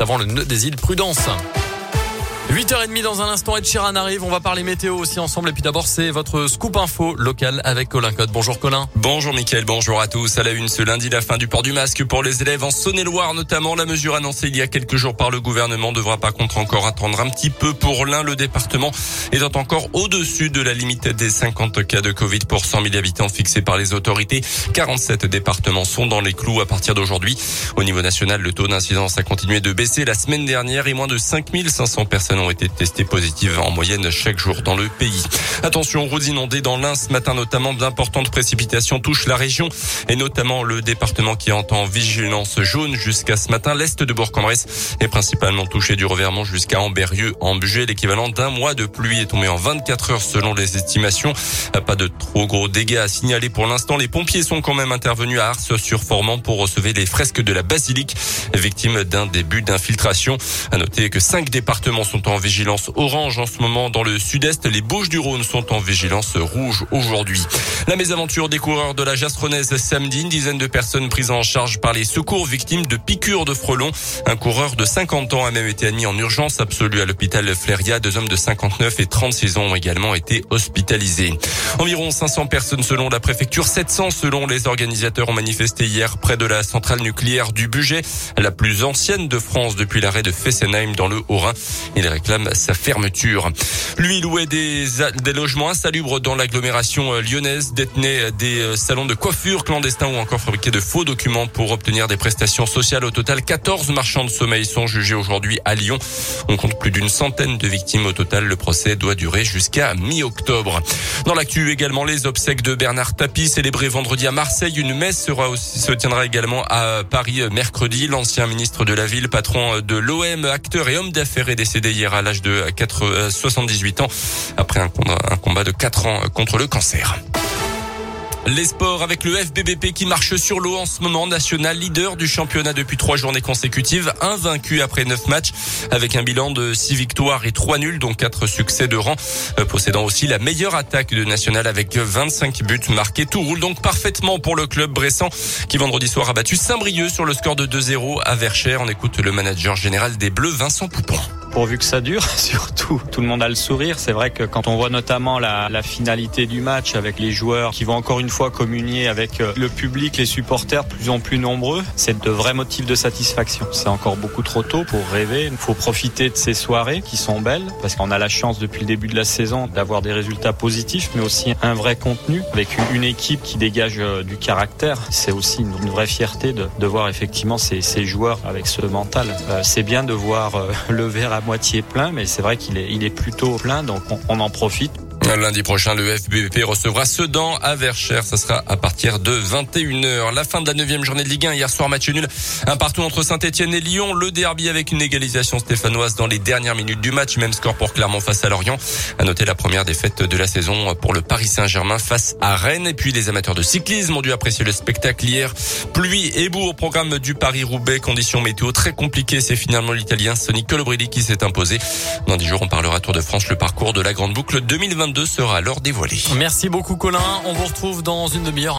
avant le nœud des îles Prudence. 8h30 dans un instant, Ed Sheeran arrive. On va parler météo aussi ensemble. Et puis d'abord, c'est votre scoop info local avec Colin Cotte. Bonjour Colin. Bonjour Mickaël, bonjour à tous. À la une ce lundi, la fin du port du masque pour les élèves en Saône-et-Loire notamment. La mesure annoncée il y a quelques jours par le gouvernement devra par contre encore attendre un petit peu pour l'Ain. Le département étant encore au-dessus de la limite des 50 cas de Covid pour 100 000 habitants fixés par les autorités. 47 départements sont dans les clous à partir d'aujourd'hui. Au niveau national, le taux d'incidence a continué de baisser la semaine dernière et moins de 5500 personnes ont été testées positives en moyenne chaque jour dans le pays. Attention, routes inondées dans l'Ain ce matin notamment. D'importantes précipitations touchent la région et notamment le département qui est en vigilance jaune jusqu'à ce matin. L'est de Bourg-en-Bresse est principalement touché du Revermont jusqu'à Ambérieu en Bugey. L'équivalent d'un mois de pluie est tombé en 24 heures selon les estimations. Pas de trop gros dégâts à signaler pour l'instant. Les pompiers sont quand même intervenus à Ars-sur-Formant pour recevoir les fresques de la basilique, victimes d'un début d'infiltration. À noter que 5 départements sont en vigilance orange en ce moment dans le sud-est. Les Bouches-du-Rhône sont en vigilance rouge aujourd'hui. La mésaventure des coureurs de la Jastronaise samedi. Une dizaine de personnes prises en charge par les secours victimes de piqûres de frelons. Un coureur de 50 ans a même été admis en urgence absolue à l'hôpital Fléria. 2 hommes de 59 et 36 ans ont également été hospitalisés. Environ 500 personnes selon la préfecture, 700 selon les organisateurs ont manifesté hier près de la centrale nucléaire du Bugey, la plus ancienne de France depuis l'arrêt de Fessenheim dans le Haut-Rhin. Ils réclament sa fermeture. Lui louait des logements insalubres dans l'agglomération lyonnaise, détenait des salons de coiffure clandestins ou encore fabriquait de faux documents pour obtenir des prestations sociales. Au total, 14 marchands de sommeil sont jugés aujourd'hui à Lyon. On compte plus d'une centaine de victimes au total. Le procès doit durer jusqu'à mi-octobre. Dans l'actu également, les obsèques de Bernard Tapie célébrées vendredi à Marseille. Une messe se tiendra également à Paris mercredi. L'ancien ministre de la ville, patron de l'OM, acteur et homme d'affaires est décédé hier à l'âge de 78 ans après un combat de 4 ans contre le cancer. Les sports avec le FBBP qui marche sur l'eau en ce moment, national leader du championnat depuis 3 journées consécutives, invaincu après 9 matchs avec un bilan de 6 victoires et 3 nuls, dont 4 succès de rang, possédant aussi la meilleure attaque de national avec 25 buts marqués. Tout roule donc parfaitement pour le club bressan qui vendredi soir a battu Saint-Brieuc sur le score de 2-0 à Verchères. On écoute le manager général des Bleus, Vincent Poupon. Pourvu que ça dure, surtout, tout le monde a le sourire. C'est vrai que quand on voit notamment la finalité du match avec les joueurs qui vont encore une fois communier avec le public, les supporters de plus en plus nombreux, c'est de vrais motifs de satisfaction. C'est encore beaucoup trop tôt pour rêver. Il faut profiter de ces soirées qui sont belles parce qu'on a la chance depuis le début de la saison d'avoir des résultats positifs, mais aussi un vrai contenu avec une équipe qui dégage du caractère. C'est aussi une vraie fierté de voir effectivement ces joueurs avec ce mental. C'est bien de voir le verre à moitié plein, mais c'est vrai qu'il est plutôt plein, donc on en profite. Lundi prochain, le FBBP recevra Sedan à Verchères. Ça sera à partir de 21h. La fin de la 9e journée de Ligue 1. Hier soir, match nul. Un partout entre Saint-Etienne et Lyon. Le derby avec une égalisation stéphanoise dans les dernières minutes du match. Même score pour Clermont face à Lorient. À noter la première défaite de la saison pour le Paris Saint-Germain face à Rennes. Et puis les amateurs de cyclisme ont dû apprécier le spectacle hier. Pluie et boue au programme du Paris-Roubaix. Conditions météo très compliquées. C'est finalement l'Italien Sonny Colbrelli qui s'est imposé. Dans 10 jours, on parlera Tour de France. Le parcours de la Grande Boucle 2022 sera alors dévoilé. Merci beaucoup Colin. On vous retrouve dans une demi-heure.